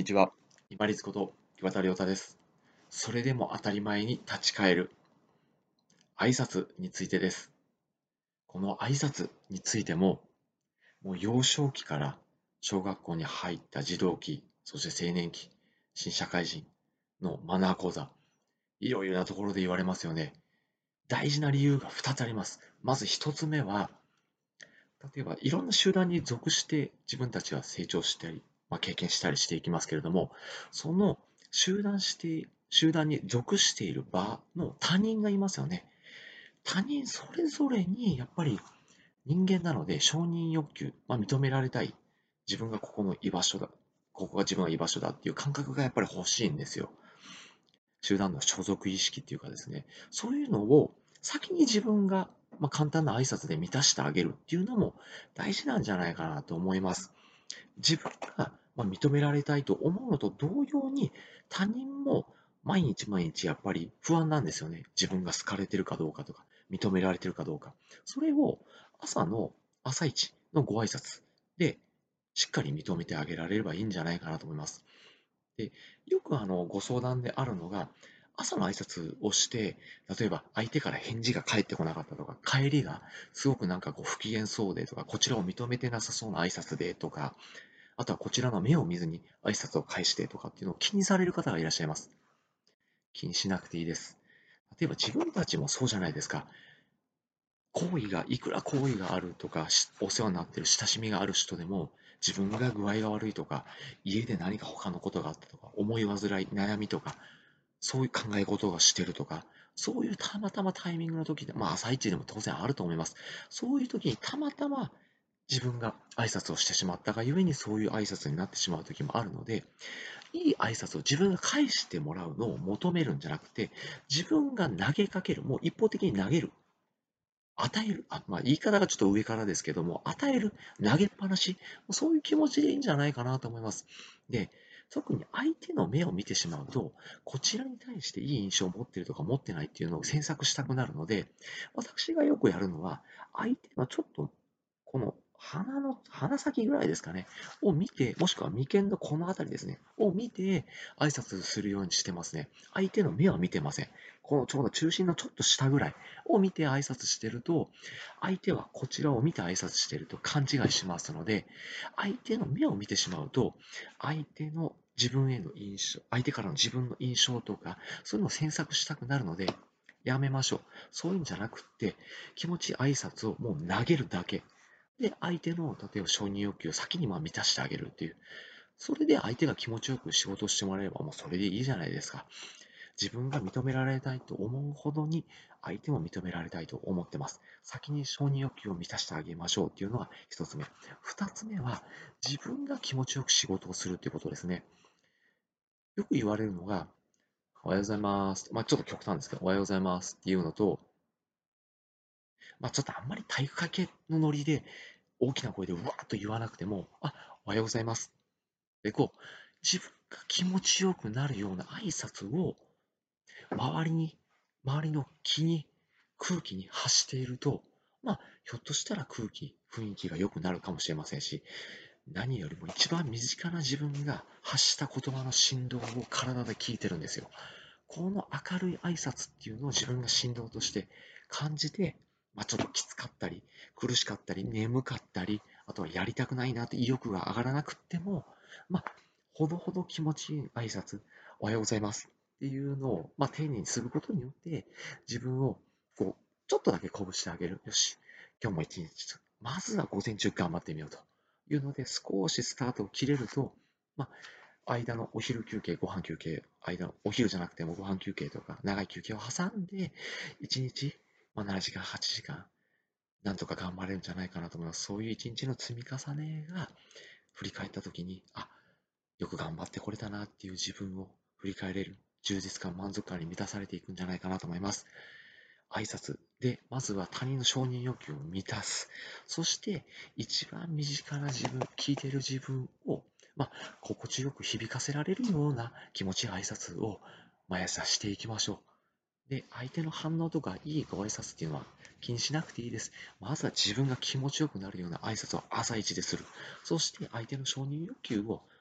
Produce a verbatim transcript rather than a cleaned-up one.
にちは。今立こと岩田亮太です。それでも当たり前に立ち返る挨拶についてです。この挨拶についても、もう幼少期から小学校に入った児童期、そして青年期、新社会人のマナー講座、いろいろなところで言われますよね。大事な理由がふたつあります。まずひとつめは、例えばいろんな集団に属して自分たちは成長したり、まあ、経験したりしていきますけれども、その集団して、集団に属している場の他人がいますよね。他人それぞれにやっぱり人間なので承認欲求、まあ、認められたい。自分がここの居場所だ。ここが自分の居場所だっていう感覚がやっぱり欲しいんですよ。集団の所属意識っていうかですね、そういうのを先に自分が、まあ、簡単な挨拶で満たしてあげるっていうのも大事なんじゃないかなと思います。自分が、まあ、認められたいと思うのと同様に、他人も毎日毎日やっぱり不安なんですよね。自分が好かれてるかどうかとか、認められてるかどうか。それを朝の朝一のご挨拶でしっかり認めてあげられればいいんじゃないかなと思います。で、よくあのご相談であるのが、朝の挨拶をして、例えば相手から返事が返ってこなかったとか、帰りがすごくなんかこう不機嫌そうでとか、こちらを認めてなさそうな挨拶でとか、あとはこちらの目を見ずに挨拶を返してとかっていうのを気にされる方がいらっしゃいます。気にしなくていいです。例えば自分たちもそうじゃないですか。好意が、いくら好意があるとか、お世話になっている親しみがある人でも、自分が具合が悪いとか、家で何か他のことがあったとか、思い煩い、悩みとか、そういう考え事がしてるとか、そういうたまたまタイミングの時で、まあ朝一でも当然あると思います。そういう時にたまたま自分が挨拶をしてしまったがゆえにそういう挨拶になってしまう時もあるので、いい挨拶を自分が返してもらうのを求めるんじゃなくて、自分が投げかける、もう一方的に投げる、与える、あ、まあ、言い方がちょっと上からですけども、与える、投げっぱなし、そういう気持ちでいいんじゃないかなと思います。で、特に相手の目を見てしまうと、こちらに対していい印象を持っているとか持ってないっていうのを詮索したくなるので、私がよくやるのは、相手のちょっと、この鼻の、鼻先ぐらいですかね、を見て、もしくは眉間のこの辺りですね、を見て挨拶するようにしてますね。相手の目は見てません。このちょうど中心のちょっと下ぐらいを見て挨拶してると、相手はこちらを見て挨拶してると勘違いしますので、相手の目を見てしまうと、相手の自分への印象、相手からの自分の印象とか、そういうのを詮索したくなるので、やめましょう。そういうんじゃなくって、気持ちいい挨拶をもう投げるだけ。で、相手の、例えば承認欲求を先にまあ満たしてあげるっていう。それで相手が気持ちよく仕事をしてもらえれば、もうそれでいいじゃないですか。自分が認められたいと思うほどに相手も認められたいと思ってます。先に承認欲求を満たしてあげましょうっていうのが一つ目。二つ目は自分が気持ちよく仕事をするっていうことですね。よく言われるのが、おはようございます。まあちょっと極端ですけど、おはようございますっていうのと、まあちょっとあんまり体育会系のノリで大きな声でうわーっと言わなくても、あ、おはようございます。で、こう、自分が気持ちよくなるような挨拶を周りに、周りの気に、空気に発していると、まあ、ひょっとしたら空気、雰囲気が良くなるかもしれませんし、何よりも一番身近な自分が発した言葉の振動を体で聞いてるんですよ。この明るい挨拶っていうのを自分が振動として感じて、まあ、ちょっときつかったり、苦しかったり、眠かったり、あとはやりたくないなって意欲が上がらなくっても、まあ、ほどほど気持ちいい挨拶、おはようございますっていうのを、まあ、丁寧にすることによって、自分をこう、ちょっとだけ鼓舞してあげる。よし、今日も一日、まずは午前中頑張ってみようというので、少しスタートを切れると、まあ、間のお昼休憩、ご飯休憩、間のお昼じゃなくてもご飯休憩とか、長い休憩を挟んで、いちにち、まあ、ななじかん、はちじかん、なんとか頑張れるんじゃないかなと思います。そういういちにちの積み重ねが、振り返ったときに、あ、よく頑張ってこれたなっていう自分を振り返れる、充実感、満足感に満たされていくんじゃないかなと思います。挨拶で、まずは他人の承認欲求を満たす。そして、一番身近な自分、聞いている自分を、まあ、心地よく響かせられるような気持ちいい挨拶を毎朝していきましょう。で、相手の反応とかいいご挨拶っていうのは気にしなくていいです。まずは自分が気持ちよくなるような挨拶を朝一でする。そして相手の承認欲求を